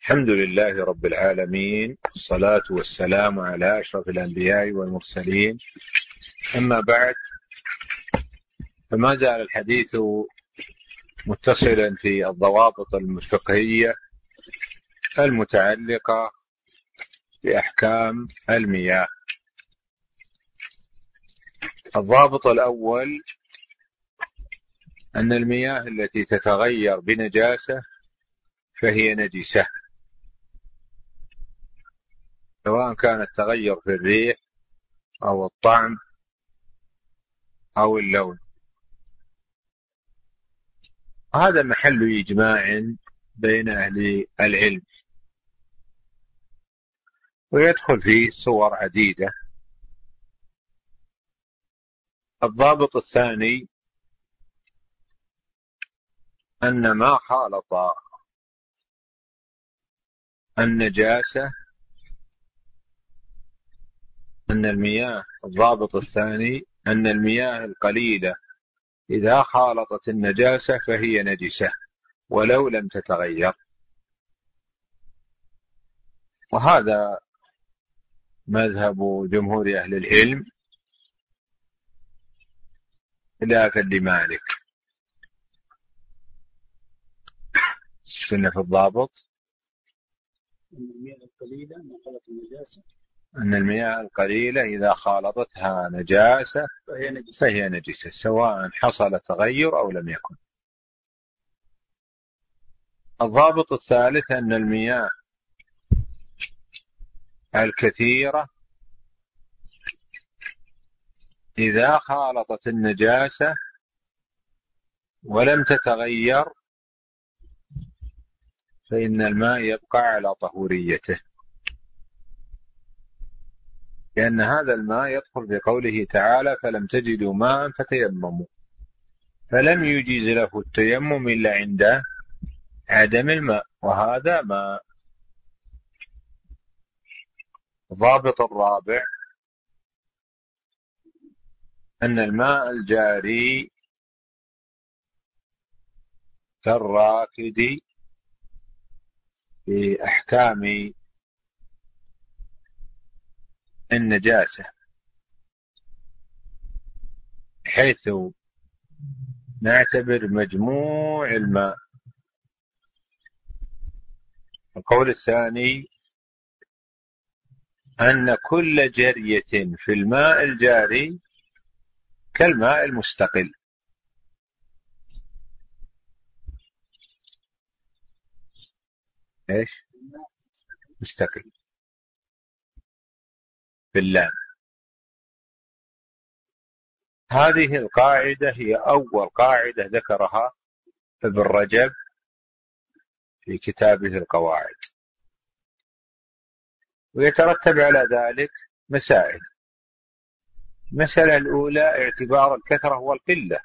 الحمد لله رب العالمين، والصلاة والسلام على أشرف الأنبياء والمرسلين. أما بعد، فما زال الحديث متصلا في الضوابط الفقهية المتعلقة بأحكام المياه. الضابط الأول أن المياه التي تتغير بنجاسة فهي نجسة، سواء كان التغير في الريح أو الطعم أو اللون. هذا محل إجماع بين أهل العلم، ويدخل فيه صور عديدة. الضابط الثاني أن ما خالط النجاسة الضابط الثاني أن المياه القليلة إذا خالطت النجاسة فهي نجسة ولو لم تتغير، وهذا مذهب جمهور أهل العلم خلافا لمالك. كنا في الضابط أن المياه القليلة إذا خالطتها نجاسة فهي نجسة سواء حصل تغير أو لم يكن. الضابط الثالث أن المياه الكثيرة إذا خالطت النجاسة ولم تتغير فإن الماء يبقى على طهوريته، لأن هذا الماء يدخل في قوله تعالى: فلم تجدوا ماء فتيمموا، فلم يجيز له التيمم إلا عند عدم الماء، وهذا ماء. الضابط الرابع أن الماء الجاري كالراكد في أحكام النجاسة، حيث نعتبر مجموع الماء. القول الثاني أن كل جرية في الماء الجاري كالماء المستقل. إيش؟ مستقل باللام. هذه القاعدة هي أول قاعدة ذكرها ابن رجب في كتابه القواعد، ويترتب على ذلك مسائل. المسألة الأولى اعتبار الكثرة والقلة،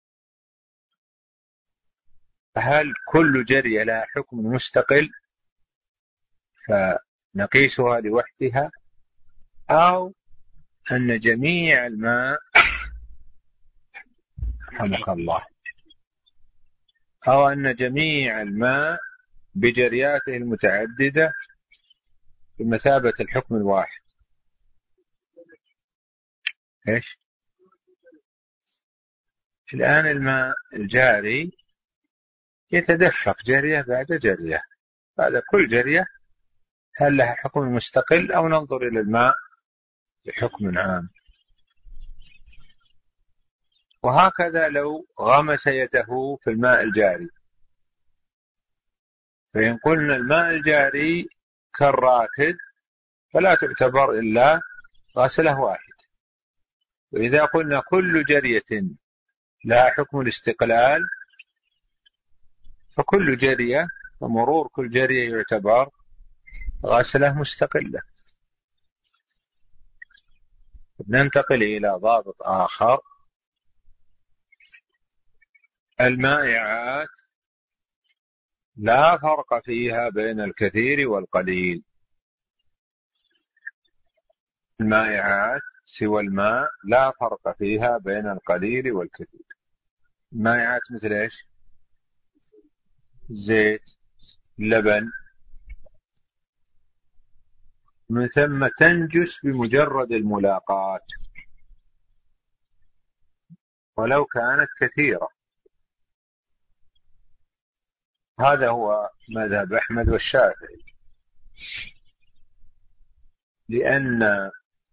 هل كل جرية لها حكم مستقل فنقيسها لوحدها، أو أن جميع الماء رحمك الله أو أن جميع الماء بجرياته المتعددة بمثابة الحكم الواحد. إيش؟ الآن الماء الجاري يتدفق جرية بعد جرية، بعد كل جرية هل لها حكم مستقل أو ننظر إلى الماء بحكم عام. وهكذا لو غمس يده في الماء الجاري، فإن قلنا الماء الجاري كالراكد فلا تعتبر إلا غسله واحد. وإذا قلنا كل جرية لا حكم الاستقلال فكل جرية ومرور كل جرية يعتبر غسلة مستقلة. ننتقل إلى ضابط آخر: المائعات لا فرق فيها بين الكثير والقليل. المائعات سوى الماء لا فرق فيها بين القليل والكثير. المائعات مثل إيش؟ زيت، لبن، من ثم تنجس بمجرد الملاقاة ولو كانت كثيرة. هذا هو مذهب أحمد والشافعي، لأن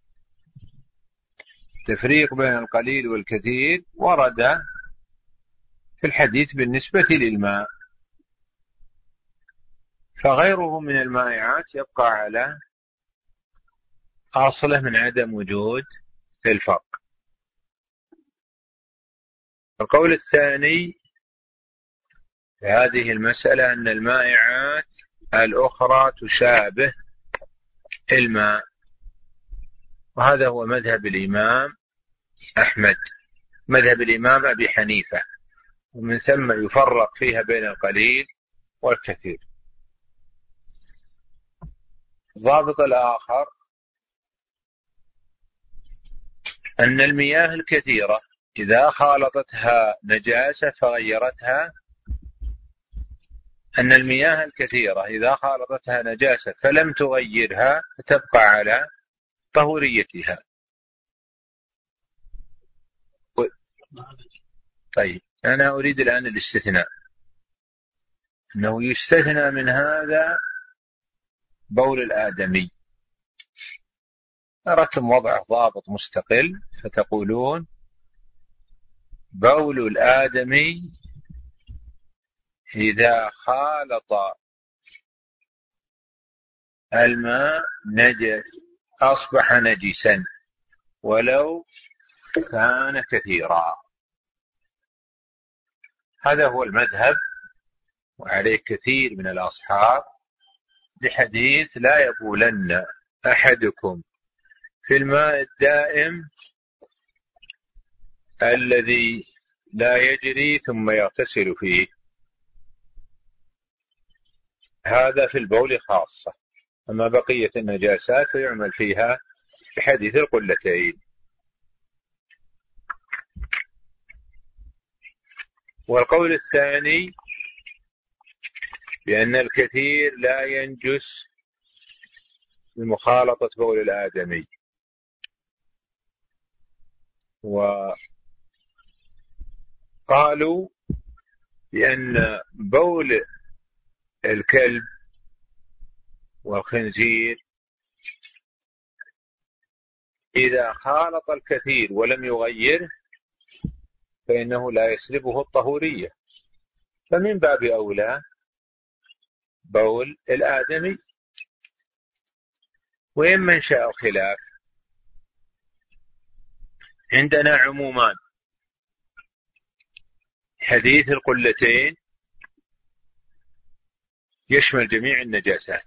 التفريق بين القليل والكثير ورد في الحديث بالنسبة للماء، فغيره من المائعات يبقى على أصله من عدم وجود الفرق. القول الثاني في هذه المسألة أن المائعات الأخرى تشابه الماء، وهذا هو مذهب الإمام أحمد، مذهب الإمام أبي حنيفة، ومن ثم يفرق فيها بين القليل والكثير. الضابط الآخر أن المياه الكثيرة إذا خالطتها نجاسة فغيرتها، أن المياه الكثيرة إذا خالطتها نجاسة فلم تغيرها فتبقى على طهوريتها. طيب أنا أريد الآن الاستثناء، أنه يستثنى من هذا بول الآدمي. أردتم وضع ضابط مستقل فتقولون بول الآدمي إذا خالط الماء نجس أصبح نجسا ولو كان كثيرا. هذا هو المذهب وعليه كثير من الأصحاب، لحديث لا يبولن أحدكم في الماء الدائم الذي لا يجري ثم يغتسل فيه. هذا في البول خاصة، أما بقية النجاسات فيعمل فيها بحديث القلتين. والقول الثاني بأن الكثير لا ينجس بمخالطة بول الآدمي، وقالوا بأن بول الكلب والخنزير إذا خالط الكثير ولم يغيره فإنه لا يسلبه الطهورية، فمن باب أولى بول الآدمي. وإن منشأ الخلاف عندنا عمومان، حديث القلتين يشمل جميع النجاسات،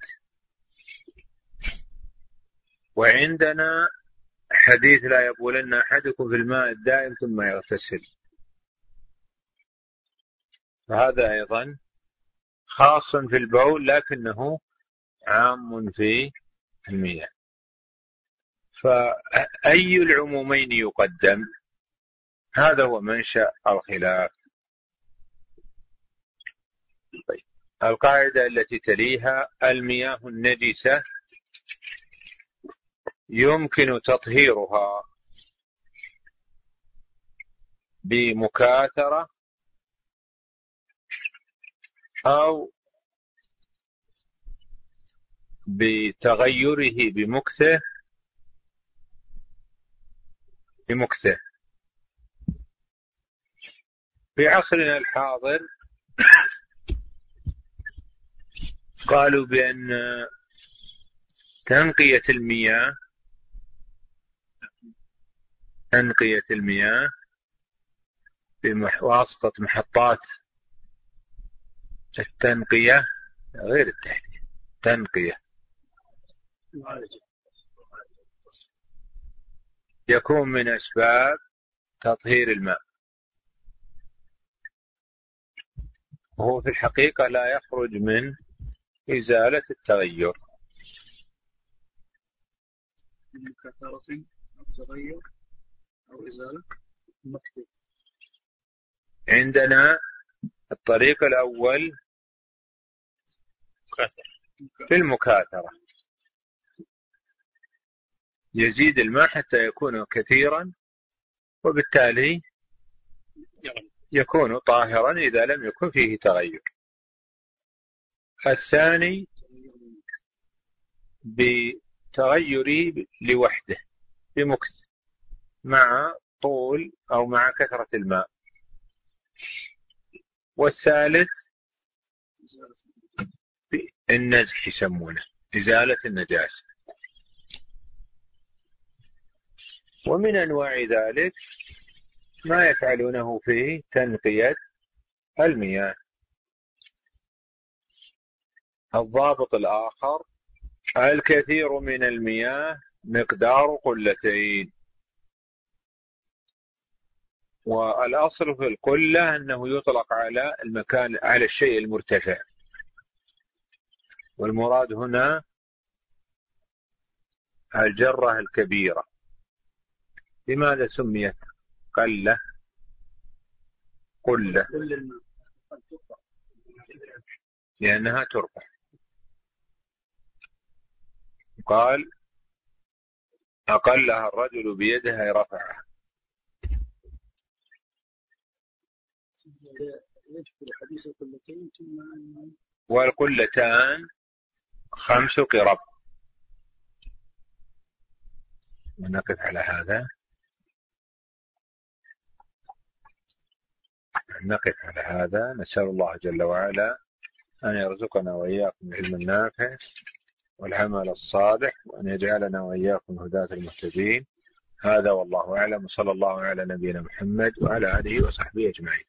وعندنا حديث لا يبولن أحدكم في الماء الدائم ثم يغتسل، فهذا أيضا خاص في البول لكنه عام في المياه. فأي العمومين يقدم؟ هذا هو منشأ الخلاف. طيب. القاعدة التي تليها: المياه النجسة يمكن تطهيرها بمكاثرة أو بتغيره بمكثه في عصرنا الحاضر قالوا بأن تنقية المياه بواسطة محطات التنقية غير التحلية، تنقية، يكون من أسباب تطهير الماء، وهو في الحقيقة لا يخرج من إزالة التغير. أو إزالة مكتب. عندنا الطريق الأول في المكاثرة، يزيد الماء حتى يكون كثيرا، وبالتالي يكون طاهرا إذا لم يكن فيه تغير. الثاني بتغيره لوحده بمكث مع طول أو مع كثرة الماء. والثالث النزح يسمونه، إزالة النجاسة. ومن أنواع ذلك ما يفعلونه في تنقية المياه. الضابط الآخر: الكثير من المياه مقدار قلتين. والأصل في القلة أنه يطلق على المكان، على الشيء المرتفع، والمراد هنا الجرة الكبيرة. لماذا سميت قلة قلة؟ لأنها ترفع. قال أقلها الرجل بيده رفعها. والقلتان 5 قرب. ونقف على هذا، نقف على هذا. نسأل الله جل وعلا أن يرزقنا وإياكم العلم النافع والعمل الصالح، وأن يجعلنا وإياكم هداة المهتدين. هذا والله أعلم، وصلى الله على نبينا محمد وعلى آله وصحبه أجمعين.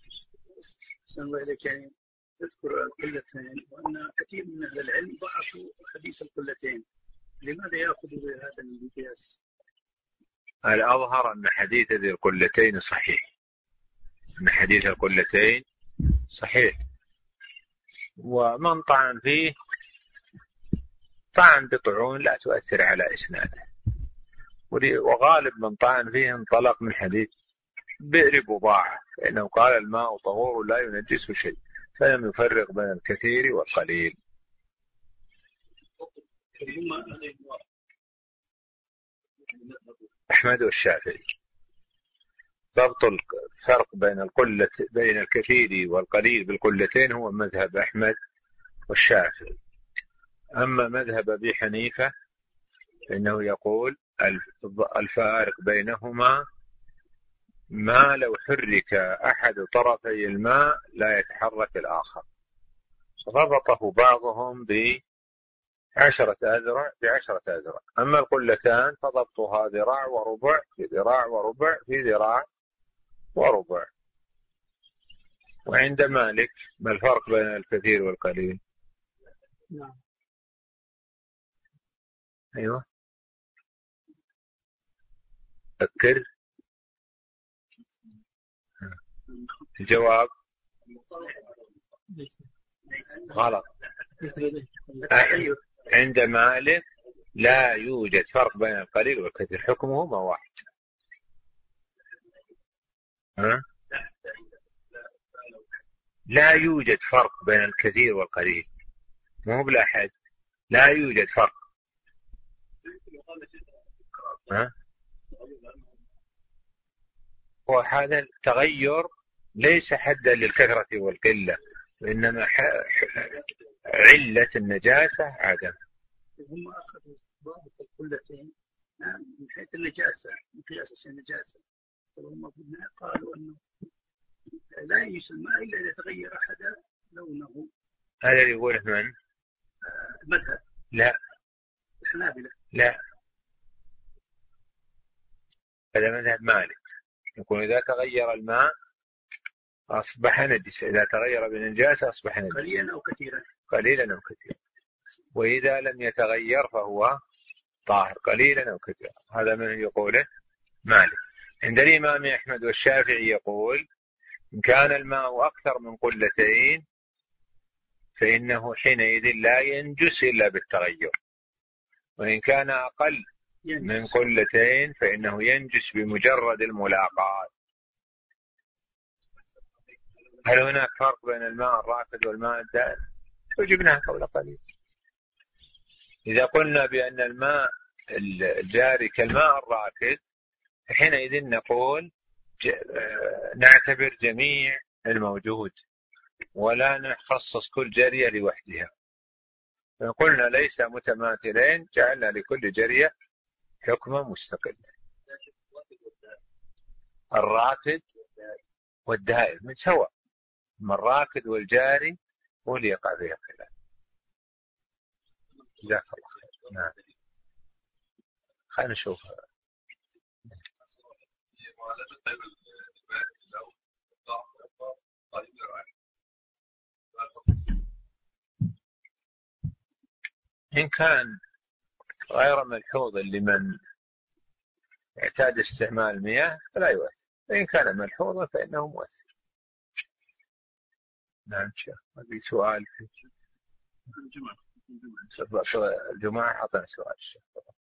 يعني تذكر القلتين، وأن كثير من أهل العلم ضعفوا حديث القلتين، لماذا يأخذوا بهذا القياس؟ الأظهر أن حديث ذي القلتين صحيح، أن حديث القلتين صحيح، ومن طعن فيه طعن بطعون لا تؤثر على إسناده. وغالب من طعن فيه انطلق من حديث بئر بضاعة، فإنه قال الماء طهور لا ينجس شيء، فلم يفرق بين الكثير والقليل. أحمد والشافعي. ضبط الفرق بين الكثير والقليل بالقلتين هو مذهب أحمد والشافعي. أما مذهب أبي حنيفة فإنه يقول الفارق بينهما ما لو حرك أحد طرفي الماء لا يتحرك الآخر. ضبطه بعضهم ب10 أذرع ب10 أذرع. أما القلتان فضبطها ذراع وربع في ذراع وربع في ذراع وربع. وعند مالك ما الفرق بين الكثير والقليل؟ نعم. أيوة فكر. الجواب غلط. عند مالك لا يوجد فرق بين القليل والكثير، حكمهما واحد. لا يوجد فرق بين الكثير والقليل، مو بلا حد، لا يوجد فرق. وهذا التغير ليس حدا للكثرة والقلة، وإنما علة النجاسة عدم. هم أخذوا ضابط القلتين من حيث النجاسة، من قياس النجاسة، وهم قالوا أنه لا يجوز الماء إلا إذا تغير أحد لونه. هذا اللي يقوله من؟ المذهب. لا الحنابلة. لا، هذا مذهب مالك، يقول إذا تغير الماء أصبح نجس، إذا تغير بالنجاسة أصبح نجس قليلا أو كثيرا. قليلا أو كثيرا. وإذا لم يتغير فهو طاهر قليلا أو كثيرا. هذا من يقوله مالك. عند الإمام أحمد والشافعي يقول إن كان الماء أكثر من قلتين فإنه حينئذ لا ينجس إلا بالتغير، وإن كان أقل من قلتين فإنه ينجس بمجرد الملاقاة. هل هناك فرق بين الماء الراكد والماء الدائم؟ وجبناها قبل قليل. إذا قلنا بأن الماء الجاري كالماء الراكد، حينئذ نقول نعتبر جميع الموجود ولا نخصص كل جارية لوحدها. إن قلنا ليس متماثلين جعلنا لكل جارية حكما مستقلا. الراكد والدائم من سواء، أما الراكد والجاري هو اللي يقع فيها خلاف. جزاك الله خير. نعم، خلينا نشوف. إن كان غير ملحوظ لمن اعتاد استعمال مياه فلا يؤثر، إن كان ملحوظا فإنه مؤثر. نعم شيخ، هذا سؤال في الجمعة. أعطنا سؤال الشيخ.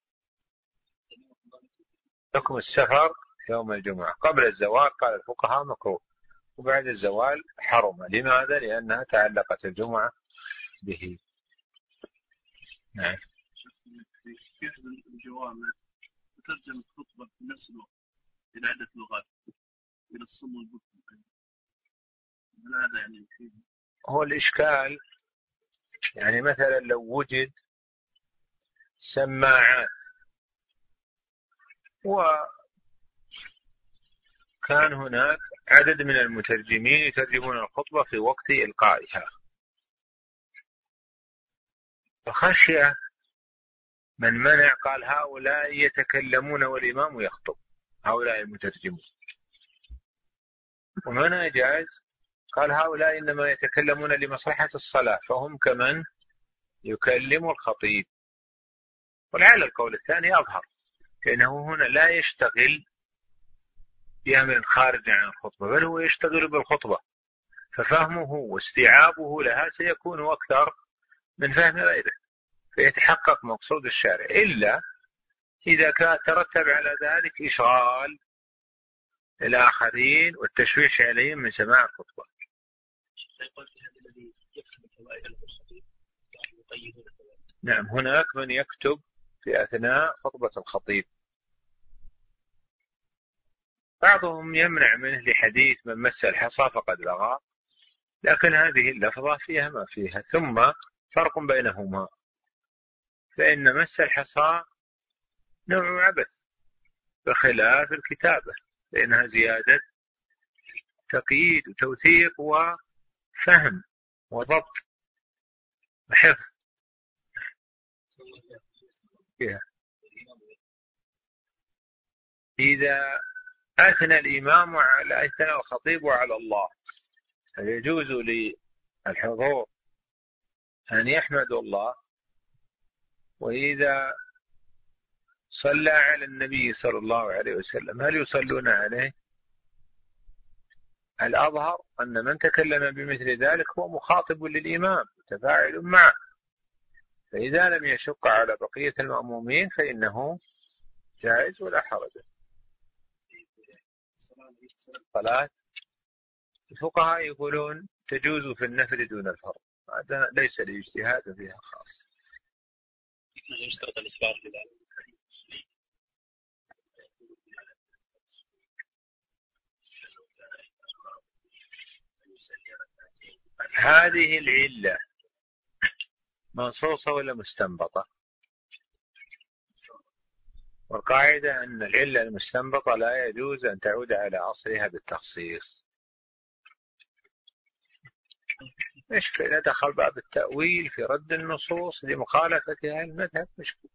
حكم السفر يوم الجمعة قبل الزوال قال الفقهاء مكروه، وبعد الزوال حرم. لماذا؟ لأنها تعلقت الجمعة به. نعم. كيف الجوامع تترجم الخطبة في نفس الوقت إلى عدة لغات إلى الصم والبكم، هذا يعني هو الإشكال يعني مثلا لو وجد سماعات وكان هناك عدد من المترجمين يترجمون الخطبة في وقت إلقائها، فخشية من منع قال هؤلاء يتكلمون والإمام يخطب، هؤلاء المترجمون. ومن أجاز قال هؤلاء إنما يتكلمون لمصلحة الصلاة فهم كمن يكلم الخطيب. ولعل القول الثاني أظهر، لأنه هنا لا يشتغل بأمر خارج عن الخطبة، بل هو يشتغل بالخطبة، ففهمه واستيعابه لها سيكون أكثر من فهم غيره، فيتحقق مقصود الشارع، إلا إذا كان ترتب على ذلك إشغال الآخرين والتشويش عليهم من سماع الخطبة. نعم، هناك من يكتب في أثناء خطبة الخطيب، بعضهم يمنع منه لحديث من مس الحصى فقد لغى، لكن هذه اللفظة فيها ما فيها. ثم فرق بينهما، فإن مس الحصى نوع عبث بخلاف الكتابة، فإنها زيادة تقييد وتوثيق وفهم وضبط وحفظ فيها. إذا أثنى الإمام على أثنى الخطيب وعلى الله فيجوز للحضور أن يحمدوا الله، وإذا صلى على النبي صلى الله عليه وسلم هل يصلون عليه؟ الأظهر أن من تكلم بمثل ذلك هو مخاطب للإمام متفاعل معه، فإذا لم يشق على بقية المأمومين فإنه جائز ولا حرج. صلاة الفقهاء يقولون تجوز في النفل دون الفرض، هذا ليس لاجتهاد فيها خاص. يشترط الإسبار في ذلك. هذه العلة منصوصة ولا مستنبطة؟ والقاعدة أن العلة المستنبطة لا يجوز أن تعود على أصلها بالتخصيص. مشكلة دخل باب التأويل في رد النصوص لمخالفتها المذهب. مشكلة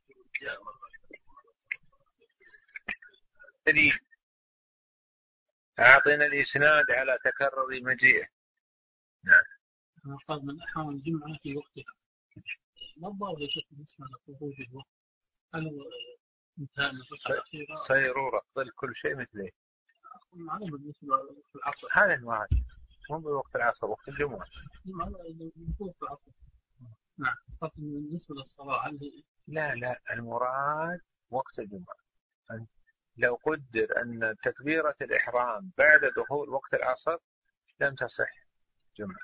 دليل أعطينا الإسناد على تكرر مجيئه. نعم. قال من أحرم الجمعة في وقتها، ما الضابط يا شيخ بالنسبة لخروج الوقت؟ هل انتهى من الركعة الأخيرة؟ صيرورة ظل كل شيء مثله. معلومة بالنسبة لوقت العصر. هذا المراد، مو بوقت العصر، وقت الجمعة. وقت العصر. نعم. بالنسبة للصلاة هل لا المراد وقت الجمعة. لو قدر أن تكبيرة الإحرام بعد دخول وقت العصر لم تصح جمعة.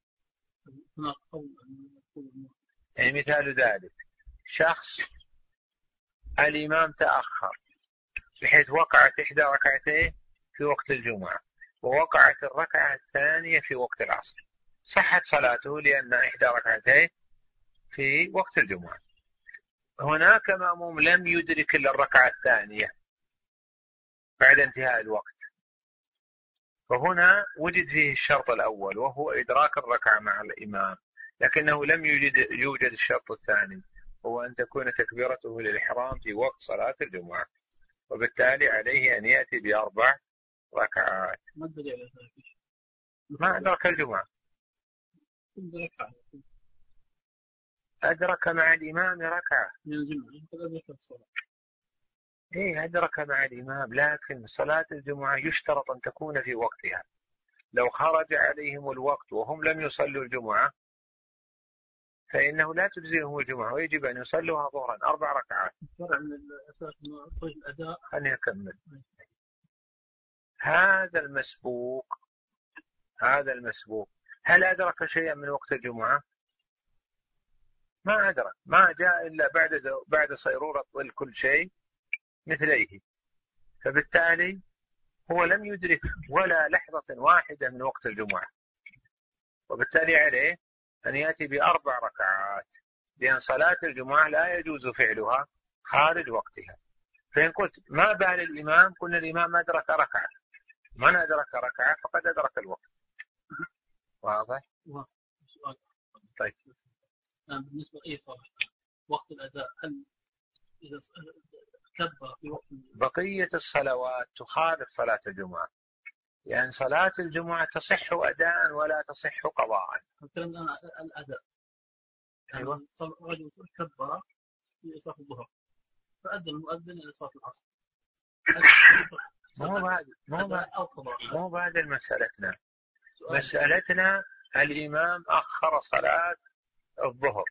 يعني مثال ذلك شخص الإمام تأخر بحيث وقعت إحدى ركعتين في وقت الجمعة ووقعت الركعة الثانية في وقت العصر، صحت صلاته لأن إحدى ركعتين في وقت الجمعة. هناك مأموم لم يدرك إلا الركعة الثانية بعد انتهاء الوقت، فهنا وجد فيه الشرط الأول وهو إدراك الركعة مع الإمام، لكنه لم يوجد الشرط الثاني هو أن تكون تكبيرته للإحرام في وقت صلاة الجمعة، وبالتالي عليه أن يأتي ب4 ركعات. ما أدرك الجمعة، أدرك مع الإمام ركعة. إيه أدرك مع الإمام، لكن صلاة الجمعة يشترط أن تكون في وقتها. لو خرج عليهم الوقت وهم لم يصلوا الجمعة فإنه لا تجزئهم الجمعة ويجب أن يصلوها ظهرا 4 ركعات. خليني أكمل. هذا المسبوق هل أدرك شيئا من وقت الجمعة؟ ما أدرك، ما جاء إلا بعد صيرورة كل شيء مثليه، فبالتالي هو لم يدرك ولا لحظة واحدة من وقت الجمعة، وبالتالي عليه أن يأتي ب4 ركعات، لأن صلاة الجمعة لا يجوز فعلها خارج وقتها. فإن قلت ما بال الإمام، قلنا الإمام أدرك ركعة، من أدرك ركعة فقد أدرك الوقت. واضح؟ طيب بالنسبة لأي صلاة وقت الأداء، هل إذا كبر في وقت بقية الصلوات تخالف صلاة الجمعة، لأن يعني صلاة الجمعة تصح أداء ولا تصح قضاء. الكلام الآن الأداء. أيوة. رجل كبر في صلاة الظهر فأذن المؤذن إلى صلاة العصر. مو بعد مسألتنا. مسألتنا الإمام أخر صلاة الظهر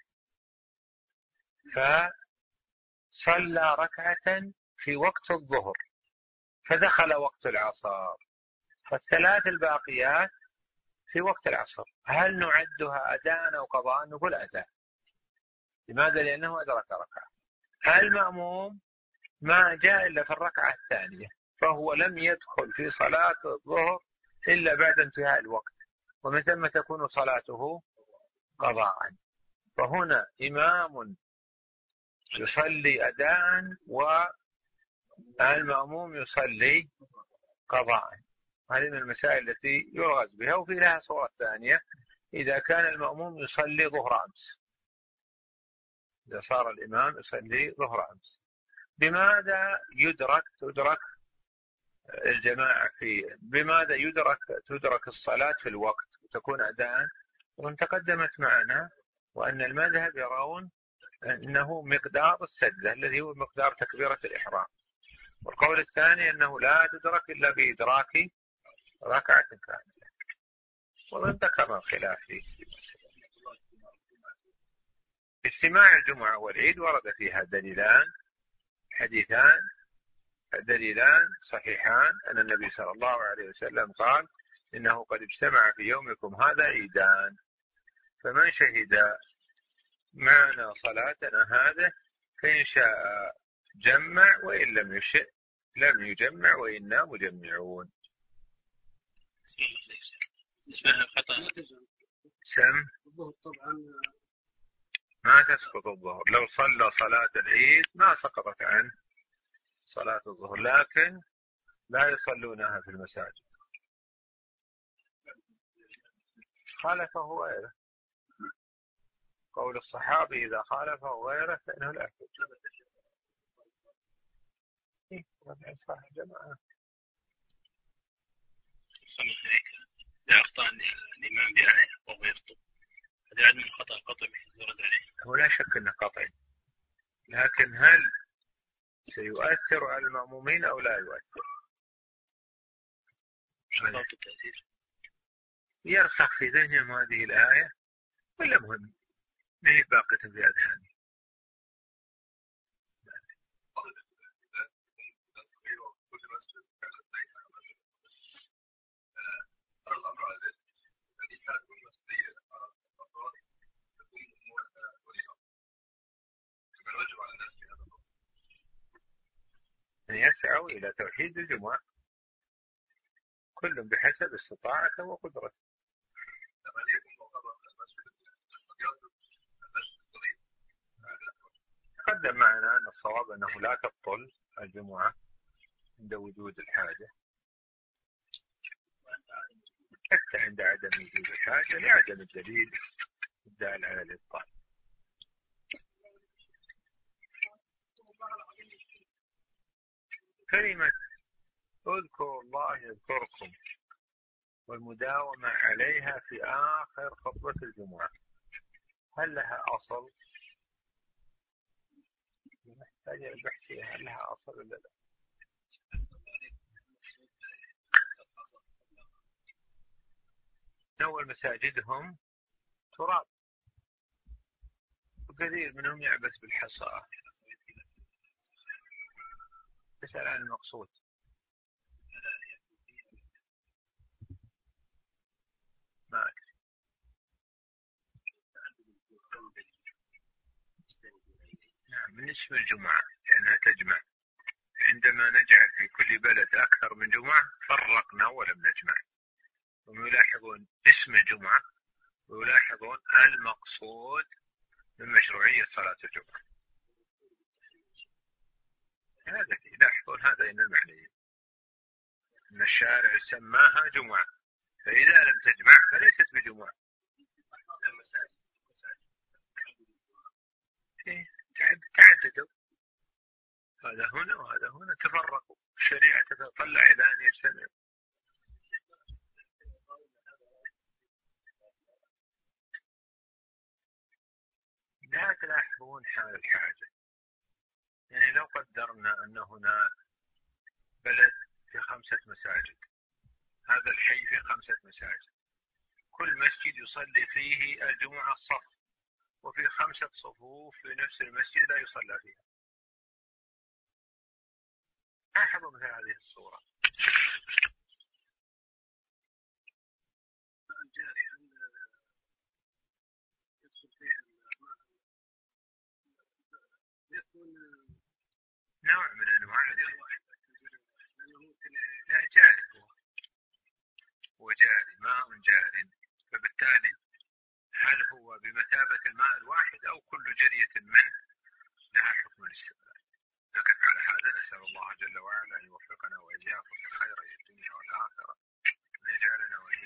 فصلى ركعة في وقت الظهر فدخل وقت العصر، فالثلاث الباقيات في وقت العصر هل نعدها أداء أو قضاء؟ نقول أداء. لماذا؟ لأنه أدرك ركعة. المأموم ما جاء إلا في الركعة الثانية، فهو لم يدخل في صلاة الظهر إلا بعد انتهاء الوقت، ومن ثم تكون صلاته قضاء. فهنا إمام يصلي أداء والمأموم يصلي قضاء. هذه من المسائل التي يرغز بها. وفي لها صورة ثانية، إذا كان المأموم يصلي ظهر أمس، إذا صار الإمام يصلي ظهر أمس، بماذا تدرك الجماعة فيه؟ بماذا تدرك الصلاة في الوقت وتكون أداء؟ وان تقدمت معنا وأن المذهب يرون أنه مقدار السجدة الذي هو مقدار تكبيرة الإحرام، والقول الثاني أنه لا تدرك إلا بإدراك ركعة كاملة. ومن ذكر الخلاف فيه اجتماع الجمعة والعيد ورد فيها دليلان صحيحان أن النبي صلى الله عليه وسلم قال إنه قد اجتمع في يومكم هذا عيدان، فمن شهد معنا صلاتنا هذا فإن شاء جمع وإن لم يشئ لم يجمع وإنا مجمعون. سم ما تسقط الظهر، لو صلى صلاة العيد ما سقطت عنه صلاة الظهر، لكن لا يصلونها في المساجد. خالفه غيره، قول الصحابي إذا خالفه غيره فإنه لا يحتج. صح جماعة. إذا أخطأ الإمام بآية وهو يخطب هذا عدم الخطأ القطعي يرد عليه. هو لا شك أنه قطعي، لكن هل سيؤثر على المأمومين أو لا يؤثر؟ شرط التأثير يرسخ في ذهنهم هذه الآية ولا مهم ما هي باقية في أذهانهم. يسعوا إلى توحيد الجمعة، كل بحسب استطاعته وقدرته. تقدم معنا أن الصواب أنه لا تبطل الجمعة عند وجود الحاجة، حتى عند عدم وجود الحاجة لعدم الدليل الدال على الإبطال. كلمة اذكروا الله يذكركم والمداومة عليها في آخر خطبة الجمعة، هل لها أصل؟ محتاج البحث فيها هل لها أصل ولا لا. أول مساجدهم تراب، وكثير منهم يعبث بالحصى. تسأل عن المقصود. ما أدري. نعم، من اسم الجمعة لأنها تجمع. عندما نجعل في كل بلد أكثر من جمعة فرقنا ولم نجمع. هم يلاحظون اسم الجمعة ويلاحظون المقصود من مشروعية صلاة الجمعة. هذا يلاحظون هذين المعنيين، أن الشارع سماها جمعة، فإذا لم تجمع فليست بجمعة. تعددوا، هذا هنا وهذا هنا، تفرقوا. الشريعة تتطلع إلى أن يجتمعوا. لا تلاحظون حال الحاجة. يعني لو قدرنا أن هنا بلد في 5 مساجد، هذا الحي في 5 مساجد، كل مسجد يصلي فيه الجمعة الصف، وفي 5 صفوف في نفس المسجد لا يصلى فيها. لاحظوا مثل هذه الصورة. نوع من أنواع لا جاري، هو جاري، ماء جاري، فبالتالي هل هو بمثابة الماء الواحد أو كل جرية منه لها حكم الاستقلال؟ نقف على هذا. نسأل الله جل وعلا أن يوفقنا وإياكم لخير الدنيا والآخرة، أن يجعلنا